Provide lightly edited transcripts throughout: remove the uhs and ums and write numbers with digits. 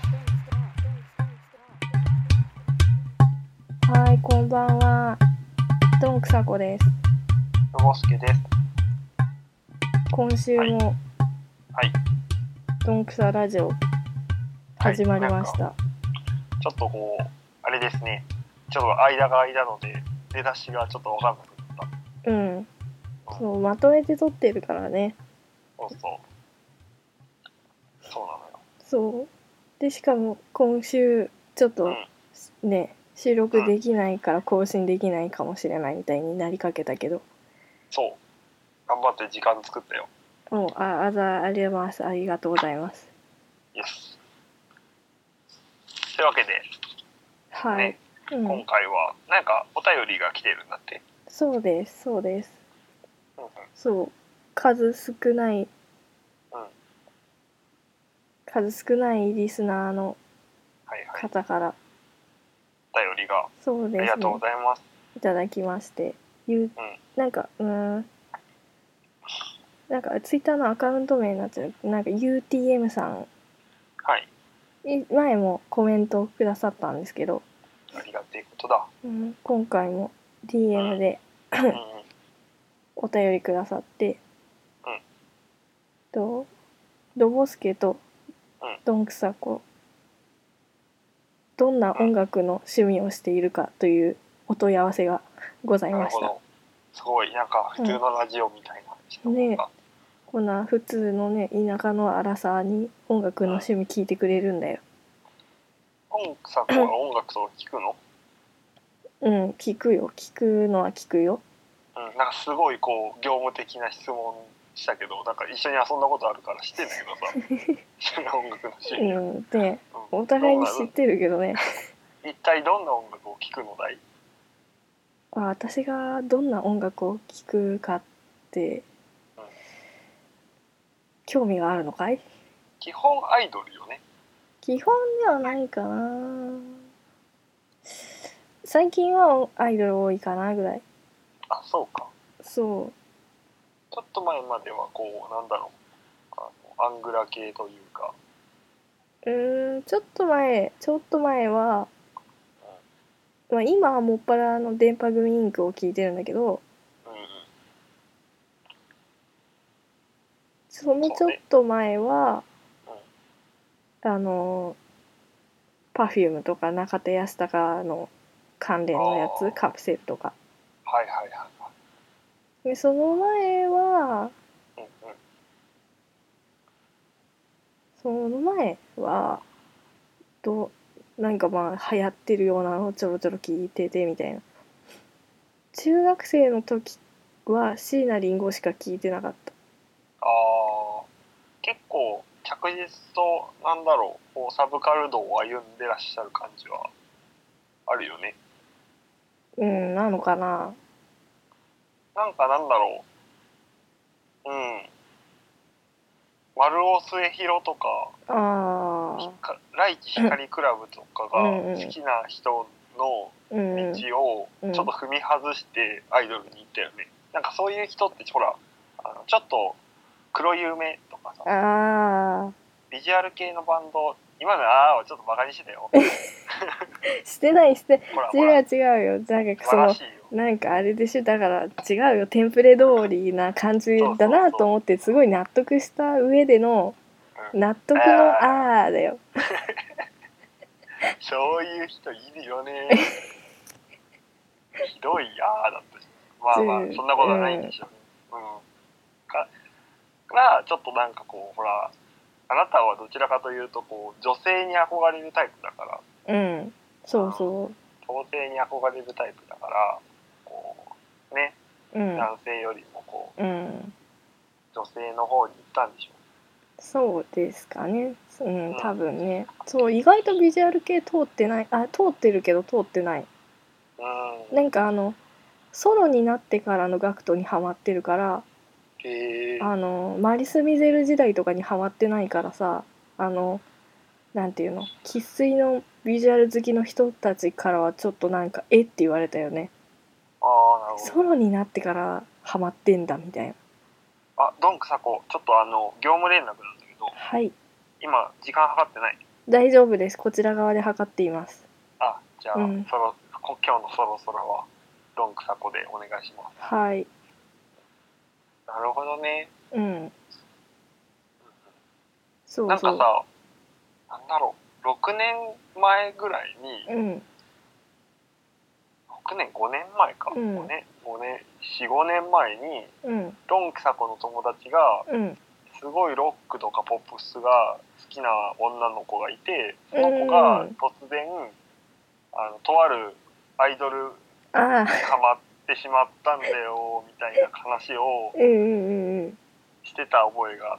はい、こんばんは。どんくさこです。 ともすけです。 今週もはい。 どんくさラジオ始まりました。 ちょっとこうあれですね。ちょっと間が空いたので出だしがちょっと分かんなくなった。 うん。そう、まとめて撮ってるからね。 そうなのよ。 そう。で、しかも今週ちょっとね、収録できないから更新できないかもしれないみたいになりかけたけど。 そう。頑張って時間作ったよ。 あります。ありがとうございます。 イエス。というわけで、 はい。 ね、今回はなんかお便りが来てるんだって。 そうです。そう。数少ないリスナーの方からお便りが、 そうですね、 ありがとうございます。 いただきまして、なんかツイッターのアカウント名になっちゃう。なんか UTM さん、前もコメントをくださったんですけど、 ありがてえことだ。 今回も DM で、お便りくださって、ドボスケとどんくさこ、どんな音楽の趣味をしているかというお問い合わせがございました。 すごいなんか普通のラジオみたいな質問が、 こんな普通のね、田舎のアラサーに音楽の趣味聞いてくれるんだよ。 音楽は音楽と聞くの？ 聞くよ。聞くのは聞くよ。 なんかすごいこう業務的な質問したけど、なんか一緒に遊んだことあるから知ってんだけどさ一緒に音楽の趣味で、お互いに知ってるけどね一体どんな音楽を聴くのだい？ 私がどんな音楽を聴くかって、興味があるのかい？ 基本アイドルよね。 基本ではないかな。最近はアイドル多いかなぐらい。 あ、そうか。 そう。 ちょっと前まではこうなんだろう、アングラ系というか。 ちょっと前は、今はもっぱら電波組インクを聴いてるんだけど、そのちょっと前は、Perfume とか中田泰孝の関連のやつ、カプセルとか。でその前は、なんかまあ流行ってるようなのをちょろちょろ聞いててみたいな。中学生の時は椎名林檎しか聞いてなかった。 結構着実となんだろう、こうサブカル道を歩んでらっしゃる感じはあるよね。 なのかな。 なんかなんだろう、丸尾末広とかライチ光クラブとかが好きな人の道をちょっと踏み外してアイドルに行ったよね。なんかそういう人ってほらちょっと黒夢とかさ、ビジュアル系のバンド、今のはちょっとバカにしてたよしてない違うよ。なんかあれでしょ、だから違うよ、テンプレ通りな感じだなと思ってすごい納得した上での納得のだよそういう人いるよねひどいだったし、まあそんなことはないんでしょうね。からちょっとなんかこうほら、あなたはどちらかというとこう女性に憧れるタイプだから、 そうそう、 女性に憧れるタイプだからこうね、男性よりもこう、女性の方に行ったんでしょう。 そうですかね。多分ね。そう、意外とビジュアル系通ってない。通ってるけど通ってない。なんかソロになってからのガクトにハマってるから、マリス・ミゼル時代とかにハマってないからさ、なんていうの、生粋のビジュアル好きの人たちからはちょっとなんかって言われたよね。 ソロになってからハマってんだみたいな。 あ、ドンクサコ、ちょっと業務連絡なんだけど、 はい、 今時間計ってない？ 大丈夫です。こちら側で測っています。 あ、じゃあ、 うん、 今日のそろそろはドンクサコでお願いします。 はい。 なるほどね。 うん。そうそう。 なんかさ、なんだろう、6年前ぐらいに、 うん、 6年5年前か、 うん、 5年4、5年前に、 うん、 ドンクサコの友達が、 うん、 すごいロックとかポップスが好きな女の子がいて、その子が突然、とあるアイドルにハマってしまったんだよみたいな話をしてた覚えがあって、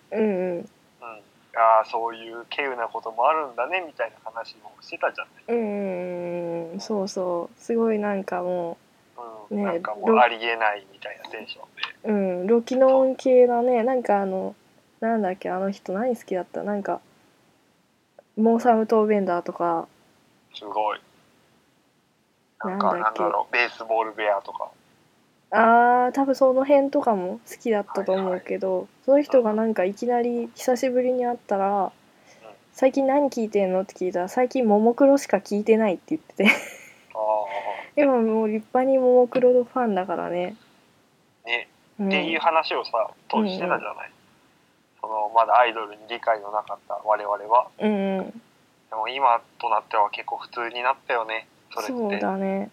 ああそういう稀有なこともあるんだねみたいな話もしてたじゃない。 そうそう、すごいなんかもう、なんかもうありえないみたいなテンションで、ロキノン系だね。なんかなんだっけ、あの人何好きだった？なんかモーサムトーベンダーとか。 すごい。なんだろう、ベースボールベアとか。 多分その辺とかも好きだったと思うけど、その人がなんかいきなり久しぶりに会ったら、最近何聞いてんのって聞いたら、最近ももクロしか聞いてないって言ってて今もう立派にももクロのファンだからね。 ね、っていう話をさ当時してたじゃない。まだアイドルに理解のなかった我々は。でも今となっては結構普通になったよね、それって。 そうだね。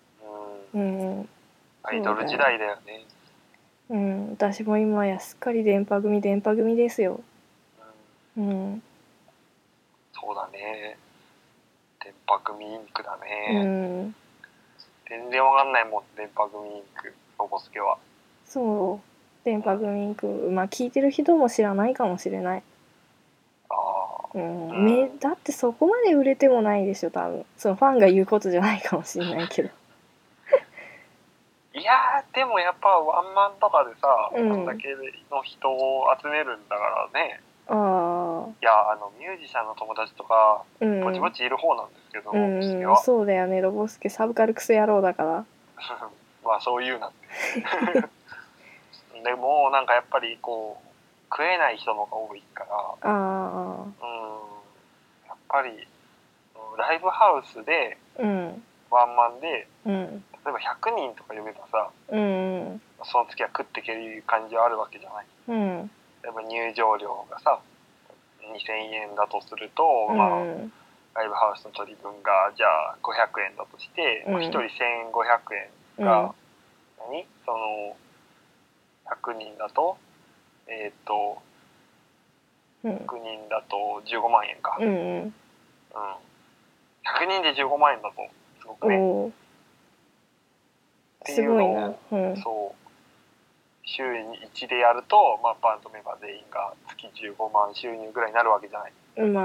アイドル時代だよね。 私も今やすっかり電波組ですよ。 そうだね。電波組インクだね。全然わかんないもん、電波組インク、ロボスケは。 そう、電波組インク、まあ聞いてる人も知らないかもしれない。だってそこまで売れてもないでしょ多分。そのファンが言うことじゃないかもしれないけどいやーでもやっぱワンマンとかでさ、こんだけの人を集めるんだからね。いやミュージシャンの友達とかぼちぼちいる方なんですけど、 そうだよね、ロボスケサブカルクソ野郎だからまあそういうなんででもなんかやっぱりこう食えない人の方が多いからやっぱりライブハウスでワンマンで、例えば100人とか呼べばさ、その月は食っていける感じはあるわけじゃない。例えば入場料がさ2000円だとすると、ライブハウスの取り分がじゃあ500円だとして、1人1500円が、100人だと100人だと15万円か。100人で15万円だとすごくね。っていうのを、そう週に1でやると、まあ、バンドメンバー全員が月15万収入ぐらいになるわけじゃない。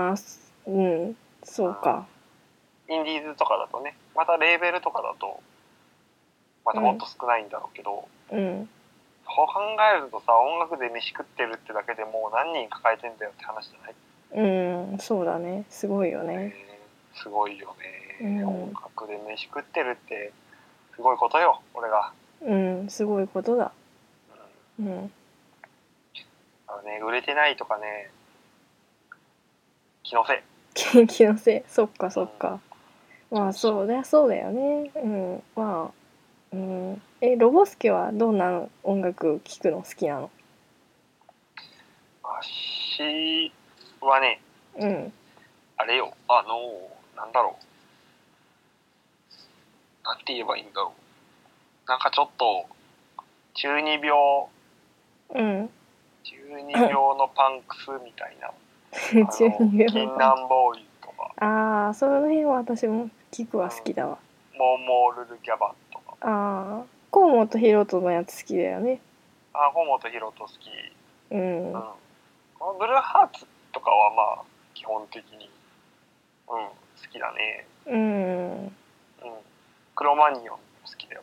そうか。 インディーズとかだとね、またレーベルとかだとまたもっと少ないんだろうけど、そう考えるとさ、音楽で飯食ってるってだけでもう何人抱えてんだよって話じゃない？ そうだね、すごいよね。 すごいよね、音楽で飯食ってるってすごいことよ、俺が。 すごいことだ。 売れてないとかね、気のせい気のせい。そっかそっか。まあそうだよね。まあロボスケはどんな音楽聴くの好きなの？ 私はね、あれよ、なんだろう、なんて言えばいいんだろう、なんかちょっと中二病のパンクスみたいな銀杏ボーイとか。 その辺は私も聞くは好きだわ。 モーモールルギャバンとか。 河本大翔のやつ好きだよね。 河本大翔好き。ブルーハーツとかはまあ基本的に好きだね。クロマニオン好きだよ。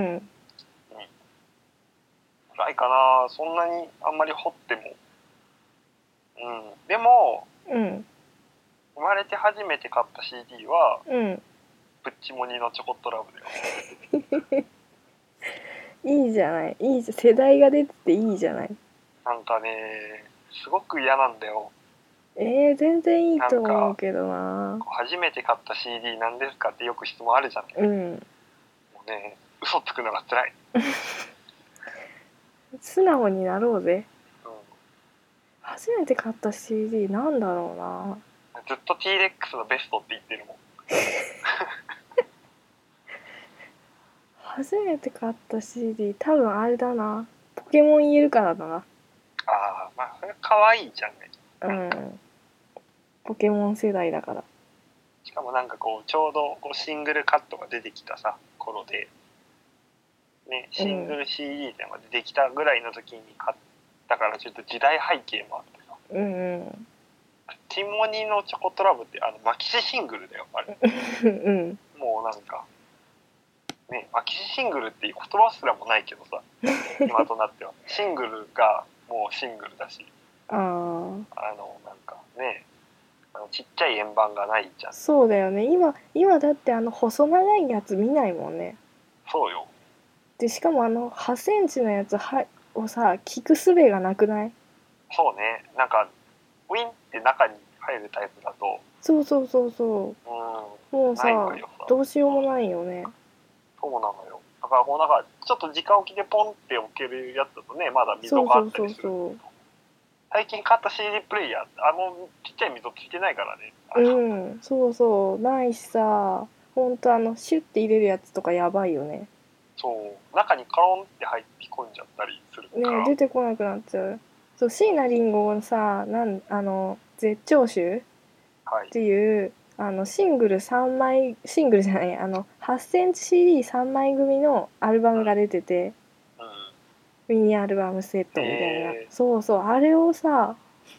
くらいかな。そんなにあんまり掘っても。でも、生まれて初めて買った CD は、プッチモニのちょこっとラブだよ。 いいじゃない、いいじゃん、世代が出てていいじゃない。 なんかね、すごく嫌なんだよ。 全然いいと思うけどな。 初めて買った CD なんですかってよく質問あるじゃん。 うん。 もうね、嘘つくのが辛い。 素直になろうぜ。 うん。 初めて買った CD なんだろうな。 ずっと T-Rex のベストって言ってるもん。 初めて買った CD 多分あれだな、ポケモン言えるからだな。 ああ、まあそれ可愛いじゃんね。 うん、ポケモン世代だから。 しかもなんかこうちょうどこうシングルカットが出てきたさ頃でね、シングル CD ってのが出てきたぐらいの時に買ったからちょっと時代背景もあってさ。 うんうん。 ティモニーのチョコトラブってマキシシングルだよあれ。 うん。 もうなんかね、マキシシングルっていう言葉すらもないけどさ、今となってはシングルがもうシングルだし、なんかね、ちっちゃい円盤がないじゃん。 そうだよね。今だって細長いやつ見ないもんね。 そうよ。 でしかも8センチのやつをさ、聞く術がなくない？ そうね、なんかウィンって中に入るタイプだと、 そうそうそうそう、もうさどうしようもないよね。 そうなのよ。だからこうなんかちょっと直置きでポンって置けるやつだとね、まだ溝があったりする。 そうそうそうそう。 最近買った CD プレイヤーちっちゃい溝ついてないからね。 うん、そうそうないしさ、ほんとシュッて入れるやつとかやばいよね。 そう中にカロンって入って込んじゃったりするからね、出てこなくなっちゃう。そう椎名林檎のさ、絶頂集っていう、シングル3枚、シングルじゃない、8センチ CD3 枚組のアルバムが出てて、ミニアルバムセットみたいな、そうそう、あれをさ、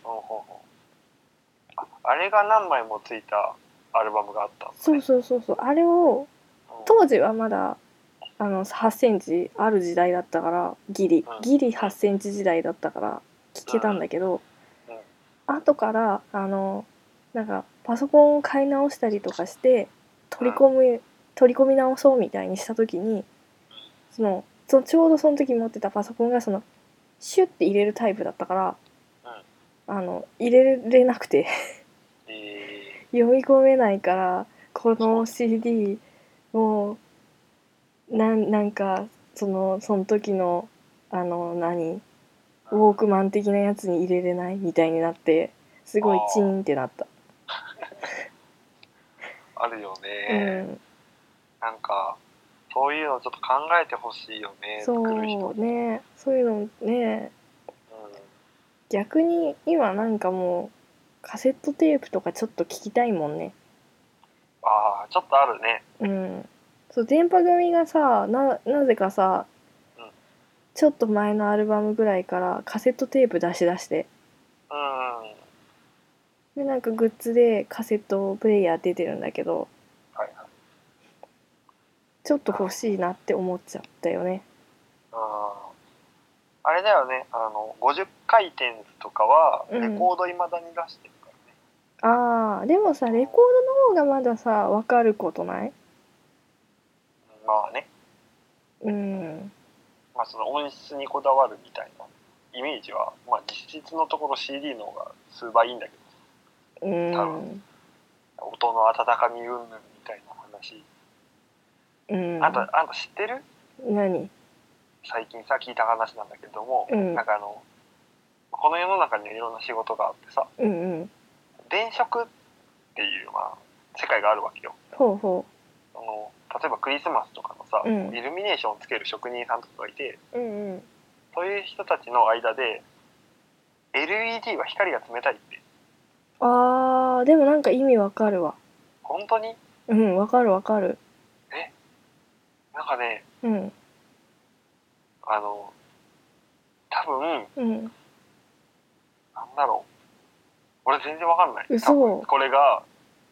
あれが何枚もついたアルバムがあったんだね。 そうそうそうそう、あれを当時はまだ8センチある時代だったから、ギリ8センチ時代だったから聞けたんだけど、後からなんかパソコンを買い直したりとかして取り込み直そうみたいにした時に、ちょうどその時持ってたパソコンがシュッて入れるタイプだったから、入れれなくて読み込めないから、この CD もなんかその時のウォークマン的なやつに入れれないみたいになって、すごいチーンってなった。 あるよね、なんかそういうのちょっと考えてほしいよね、 そうね、そういうのね、逆に今なんかもうカセットテープとかちょっと聞きたいもんね。 ああ、ちょっとあるね。 そう、電波組がさ、なぜかさ、ちょっと前のアルバムぐらいからカセットテープ出して、でなんかグッズでカセットプレイヤー出てるんだけど、ちょっと欲しいなって思っちゃったよね。 あれだよね、50回転とかはレコードいまだに出してるからね。 でもさ、レコードの方がまださ分かることない？ まあね。まあその音質にこだわるみたいなイメージは、まあ実質のところ CD の方が数倍いいんだけど、多分音の温かみ云々みたいな話。あんた知ってる？ 何？ 最近さ聞いた話なんだけども、なんかこの世の中にはいろんな仕事があってさ、電飾っていう、まあ、世界があるわけよ。例えばクリスマスとかのさ、イルミネーションをつける職人さんとかがいて、そういう人たちの間で LED は光が冷たいって。 でもなんか意味わかるわ。 本当に？ わかるわかる。 なんかね、多分、なんだろう、俺全然わかんない。多分これが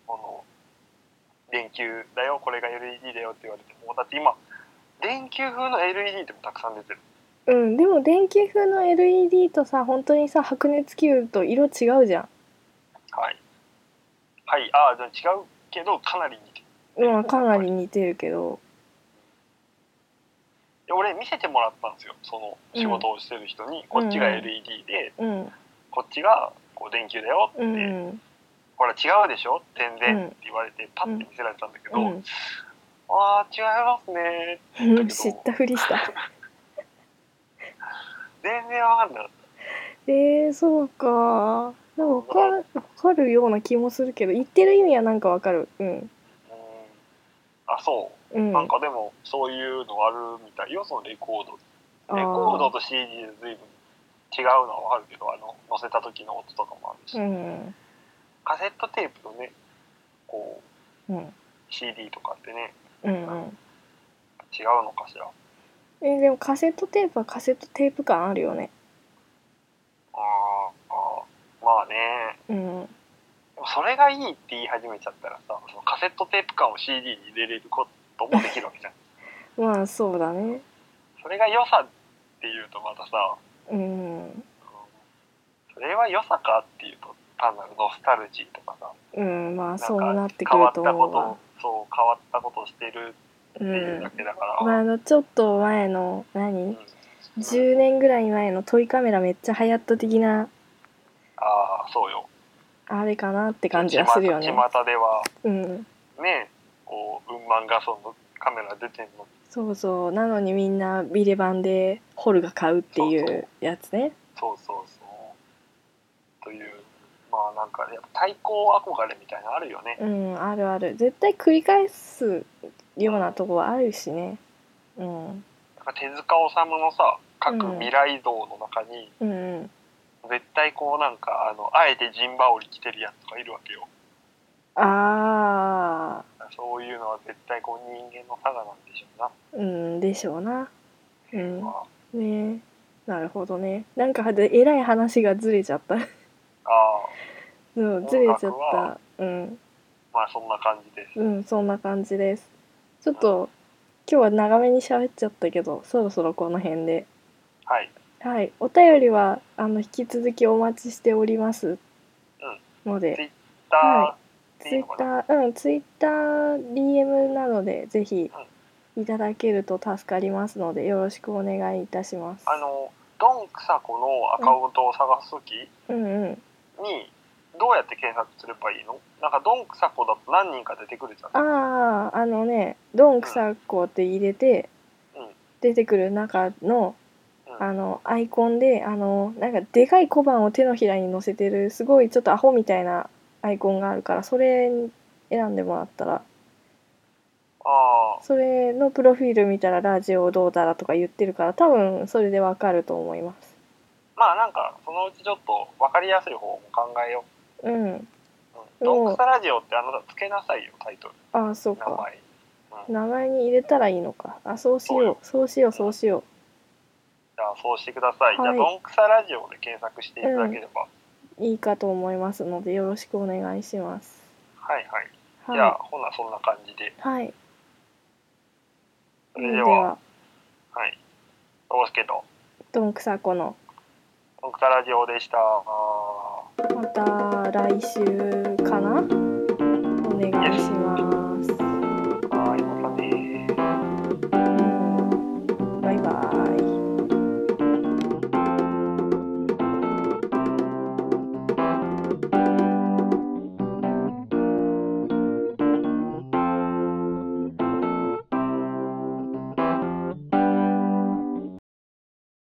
電球だよ、これが LED だよって言われても、だって今電球風の LED ってもたくさん出てる。 でも電球風の LED とさ、本当にさ白熱球と色違うじゃん。 はい、じゃあ違うけどかなり似てる。 かなり似てるけど、 で俺見せてもらったんですよ、その仕事をしてる人に、こっちが LED で、こっちがこう電球だよって、ほら違うでしょ全然って言われてパッて見せられたんだけど、あー違いますねって言ったけど知ったふりした全然わかんなかった。 そうか。でもわかるような気もするけど、言ってる意味はなんかわかる。 あ、そう、なんかでもそういうのあるみたいよ、そのレコードと CD で随分違うのはわかるけど、載せた時の音とかもあるし、カセットテープとねこう、CD とかってね、違うのかしら。 でもカセットテープはカセットテープ感あるよね。 まあね。でもそれがいいって言い始めちゃったらさ、そのカセットテープ感を CD に入れれることもできるわけじゃんまあそうだね。 それが良さっていうとまたさ、それは良さかっていうと単なるノスタルジーとかさ、 まあそうなってくると思うわ。 変わったことをしてるっていうだけだから、 まあちょっと前の10年ぐらい前のトイカメラめっちゃ流行った的な、 そうよ、 あれかなって感じはするよね。 巷では、ね、こうウンマン画素のカメラ出てんの。 そうなのにみんなビレ版でホルが買うっていうやつね。 そうという、まあなんかやっぱ対抗憧れみたいなのあるよね。 あるある。絶対繰り返すようなとこはあるしね。 なんか手塚治虫のさ各未来像の中に、絶対こうなんかあえて陣羽織着てるやつとかいるわけよ。そういうのは絶対こう人間の差がなんでしょうな。 でしょうな。ね、なるほどね。なんかえらい話がずれちゃった。ずれちゃった。 まあそんな感じです。 そんな感じです。ちょっと今日は長めに喋っちゃったけど、そろそろこの辺で。はい、お便りは引き続きお待ちしておりますので、ツイッター DM などでぜひいただけると助かりますのでよろしくお願いいたします。 ドンクサコのアカウントを探すときにどうやって検索すればいいの？なんかドンクサコだと何人か出てくるじゃん。 ドンクサコって入れて、出てくる中のアイコンでなんかでかい小判を手のひらに乗せてるすごいちょっとアホみたいなアイコンがあるから、それ選んでもらったら、それのプロフィール見たらラジオどうだらとか言ってるから、多分それでわかると思います。 まあなんかそのうちちょっとわかりやすい方も考えよう。ドンクサラジオってつけなさいよ、タイトル。 そうか。名前に入れたらいいのか。そうしよう。じゃあそうしてください。じゃあドンクサラジオで検索していただければ、 いいかと思いますのでよろしくお願いします。 じゃあほなそんな感じで。それではどうすけとドンクサコのドンクサラジオでした。 また来週かな、お願いします。